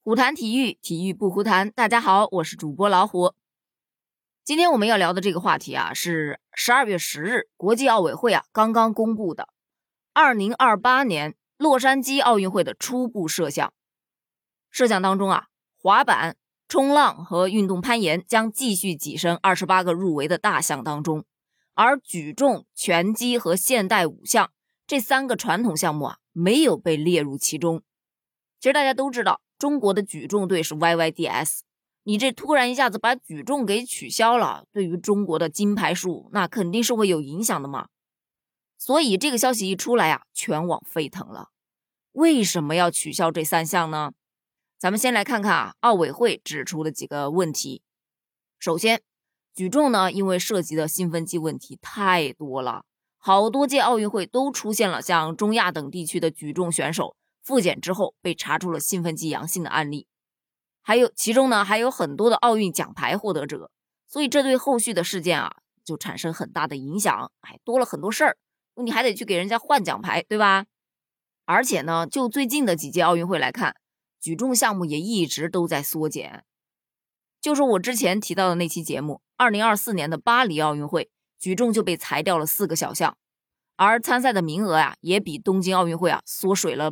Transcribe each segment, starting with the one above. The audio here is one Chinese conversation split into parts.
虎谈体育，体育不胡谈。大家好，我是主播老虎。今天我们要聊的这个话题啊，是12月10日国际奥委会刚刚公布的2028年洛杉矶奥运会的初步设项。设项当中滑板、冲浪和运动攀岩将继续跻身28个入围的大项当中，而举重、拳击和现代五项这3个传统项目没有被列入其中。其实大家都知道，中国的举重队是 YYDS， 你这突然一下子把举重给取消了，对于中国的金牌数那肯定是会有影响的嘛。所以这个消息一出来全网沸腾了。为什么要取消这3项呢？咱们先来看看奥委会指出的几个问题。首先，举重呢，因为涉及的兴奋剂问题太多了，好多届奥运会都出现了像中亚等地区的举重选手复检之后被查出了兴奋剂阳性的案例，其中呢还有很多的奥运奖牌获得者，所以这对后续的事件就产生很大的影响，多了很多事儿，你还得去给人家换奖牌，对吧？而且呢，就最近的几届奥运会来看，举重项目也一直都在缩减。就说我之前提到的那期节目，2024年的巴黎奥运会，举重就被裁掉了4个小项，而参赛的名额也比东京奥运会缩水了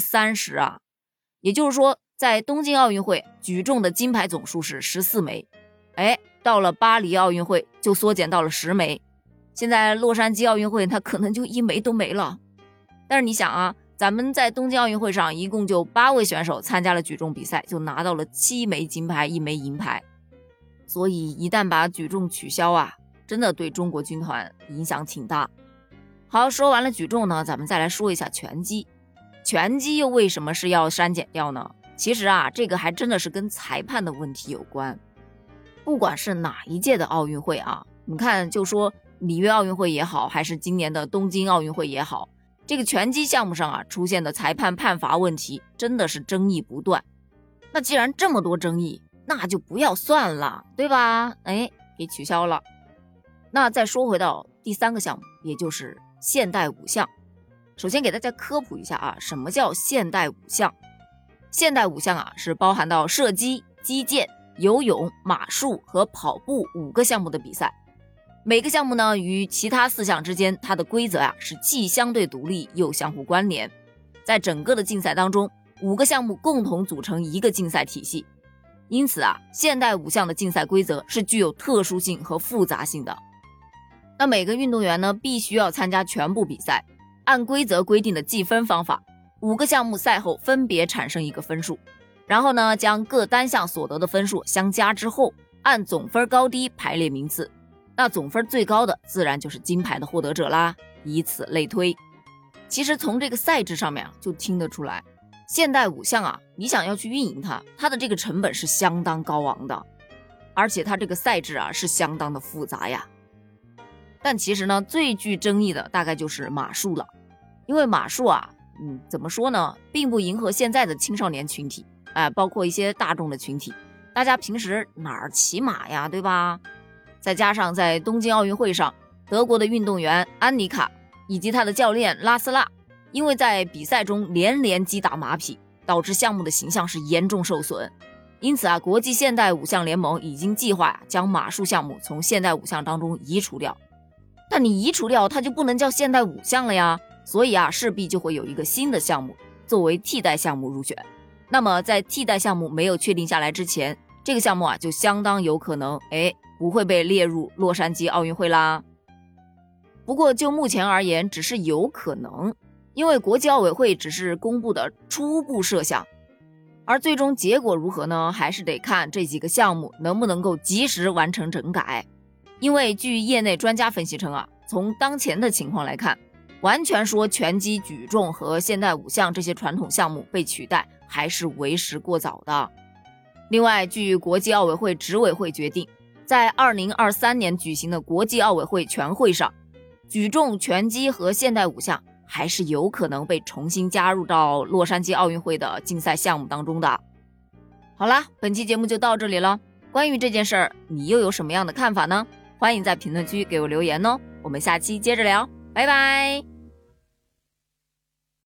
30%。 也就是说，在东京奥运会举重的金牌总数是14枚，到了巴黎奥运会就缩减到了10枚，现在洛杉矶奥运会它可能就1枚都没了。但是你想咱们在东京奥运会上一共就8位选手参加了举重比赛，就拿到了7枚金牌1枚银牌，所以一旦把举重取消真的对中国军团影响挺大。好，说完了举重呢，咱们再来说一下拳击。拳击又为什么是要删减掉呢？其实这个还真的是跟裁判的问题有关。不管是哪一届的奥运会你看就说里约奥运会也好，还是今年的东京奥运会也好，这个拳击项目上出现的裁判判罚问题真的是争议不断。那既然这么多争议，那就不要算了，对吧？给取消了。那再说回到第3个项目，也就是现代五项。首先给大家科普一下什么叫现代五项。现代五项是包含到射击、击剑、游泳、马术和跑步5个项目的比赛。每个项目呢与其他4项之间，它的规则是既相对独立又相互关联。在整个的竞赛当中，5个项目共同组成一个竞赛体系。因此现代五项的竞赛规则是具有特殊性和复杂性的。那每个运动员呢必须要参加全部比赛，按规则规定的计分方法，5个项目赛后分别产生一个分数，然后呢将各单项所得的分数相加之后，按总分高低排列名次。那总分最高的自然就是金牌的获得者啦，以此类推。其实从这个赛制上面就听得出来，现代五项你想要去运营它的这个成本是相当高昂的，而且它这个赛制是相当的复杂呀。但其实呢，最具争议的大概就是马术了，因为马术怎么说呢，并不迎合现在的青少年群体，包括一些大众的群体，大家平时哪儿骑马呀，对吧？再加上在东京奥运会上，德国的运动员安妮卡以及她的教练拉斯拉，因为在比赛中连连击打马匹，导致项目的形象是严重受损。因此国际现代五项联盟已经计划将马术项目从现代五项当中移除掉。但你移除掉它就不能叫现代五项了呀，所以势必就会有一个新的项目作为替代项目入选。那么在替代项目没有确定下来之前，这个项目就相当有可能不会被列入洛杉矶奥运会啦。不过就目前而言只是有可能，因为国际奥委会只是公布的初步设想，而最终结果如何呢，还是得看这几个项目能不能够及时完成整改。因为据业内专家分析称从当前的情况来看，完全说拳击、举重和现代五项这些传统项目被取代还是为时过早的。另外，据国际奥委会执委会决定，在2023年举行的国际奥委会全会上，举重、拳击和现代五项还是有可能被重新加入到洛杉矶奥运会的竞赛项目当中的。好啦，本期节目就到这里了。关于这件事儿，你又有什么样的看法呢？欢迎在评论区给我留言哦，我们下期接着聊，拜拜。